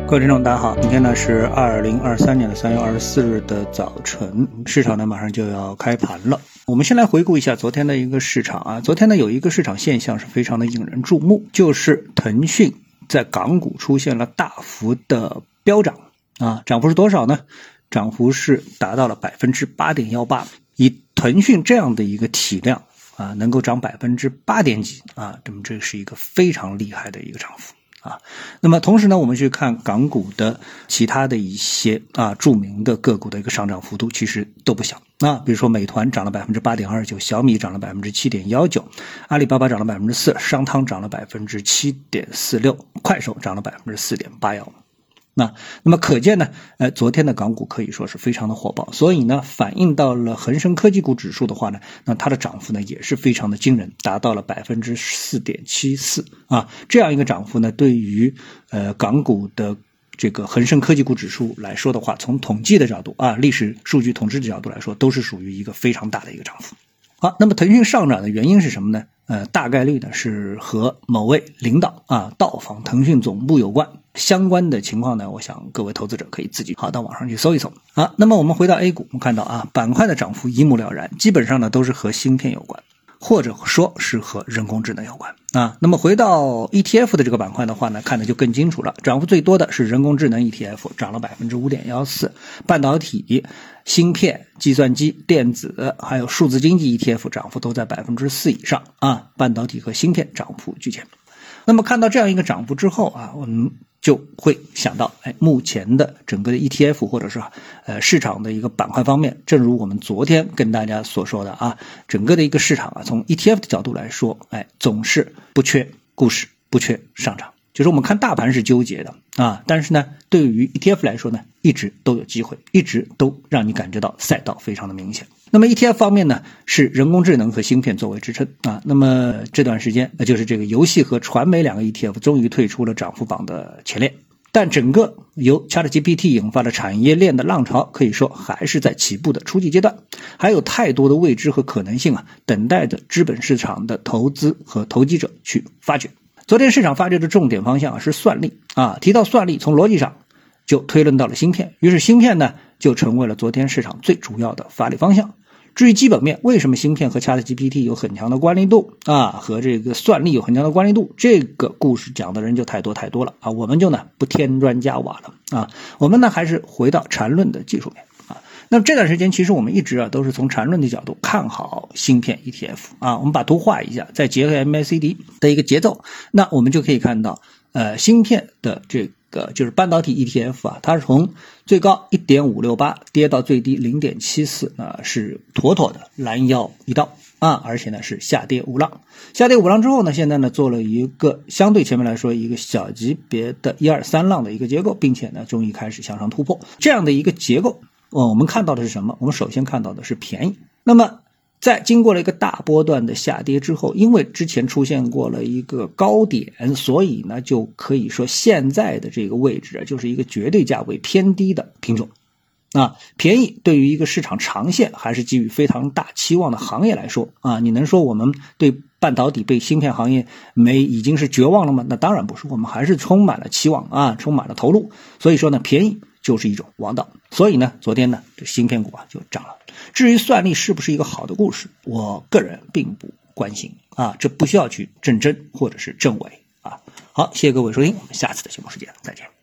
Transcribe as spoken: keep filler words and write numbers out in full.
各位听众大家好，今天呢是二零二三年的三月二十四日的早晨，市场呢马上就要开盘了。我们先来回顾一下昨天的一个市场啊，昨天呢有一个市场现象是非常的引人注目，就是腾讯在港股出现了大幅的飙涨啊，涨幅是多少呢？涨幅是达到了 百分之八点一八， 以腾讯这样的一个体量啊，能够涨 百分之八点几啊，那么这是一个非常厉害的一个涨幅。啊，那么同时呢，我们去看港股的其他的一些啊著名的个股的一个上涨幅度，其实都不小啊。比如说美团涨了 百分之八点二九， 小米涨了 百分之七点一九， 阿里巴巴涨了 百分之四， 商汤涨了 百分之七点四六， 快手涨了 百分之四点八一。那那么可见呢，呃，昨天的港股可以说是非常的火爆，所以呢，反映到了恒生科技股指数的话呢，那它的涨幅呢也是非常的惊人，达到了 百分之四点七四 啊，这样一个涨幅呢，对于呃港股的这个恒生科技股指数来说的话，从统计的角度啊，历史数据统计的角度来说，都是属于一个非常大的一个涨幅。好，那么腾讯上涨的原因是什么呢？呃，大概率呢是和某位领导啊到访腾讯总部有关。相关的情况呢，我想各位投资者可以自己好到网上去搜一搜。好，那么我们回到 A 股，我们看到啊，板块的涨幅一目了然，基本上呢都是和芯片有关，或者说是和人工智能有关啊。那么回到 E T F 的这个板块的话呢，看的就更清楚了，涨幅最多的是人工智能 E T F， 涨了 百分之五点一四， 半导体、芯片、计算机、电子还有数字经济 E T F 涨幅都在 百分之四 以上啊，半导体和芯片涨幅居前。那么看到这样一个涨幅之后啊，我们就会想到，哎，目前的整个的 E T F 或者是呃市场的一个板块方面，正如我们昨天跟大家所说的啊，整个的一个市场啊，从 E T F 的角度来说，哎，总是不缺故事，不缺上涨。就是我们看大盘是纠结的啊，但是呢，对于 E T F 来说呢，一直都有机会，一直都让你感觉到赛道非常的明显。那么 E T F 方面呢，是人工智能和芯片作为支撑啊。那么这段时间，那就是这个游戏和传媒两个 E T F 终于退出了涨幅榜的前列。但整个由 ChatGPT 引发的产业链的浪潮，可以说还是在起步的初级阶段，还有太多的未知和可能性啊，等待着资本市场的投资和投机者去发掘。昨天市场发掘的重点方向是算力啊，提到算力，从逻辑上就推论到了芯片，于是芯片呢就成为了昨天市场最主要的发力方向。至于基本面，为什么芯片和 ChatGPT 有很强的关联度啊，和这个算力有很强的关联度，这个故事讲的人就太多太多了啊，我们就呢不添砖加瓦了啊，我们呢还是回到缠论的技术面啊。那么这段时间其实我们一直啊都是从缠论的角度看好芯片 E T F 啊，我们把图画一下，再结合 M A C D 的一个节奏，那我们就可以看到呃芯片的这个个就是半导体 E T F 啊，它是从最高 一点五六八 跌到最低 零点七四， 啊，是妥妥的拦腰一刀啊，而且呢是下跌五浪。下跌五浪之后呢，现在呢做了一个相对前面来说一个小级别的一二三浪的一个结构，并且呢终于开始向上突破。这样的一个结构，呃、我们看到的是什么？我们首先看到的是便宜。那么在经过了一个大波段的下跌之后，因为之前出现过了一个高点，所以呢就可以说现在的这个位置啊，就是一个绝对价位偏低的品种啊。便宜对于一个市场长线还是寄予非常大期望的行业来说啊，你能说我们对半导体被芯片行业没已经是绝望了吗？那当然不是，我们还是充满了期望啊，充满了投入。所以说呢，便宜就是一种王道。所以呢，昨天呢这芯片股啊就涨了。至于算力是不是一个好的故事，我个人并不关心啊，这不需要去证真或者是证伪啊。好，谢谢各位收听，我们下次的节目时间再见。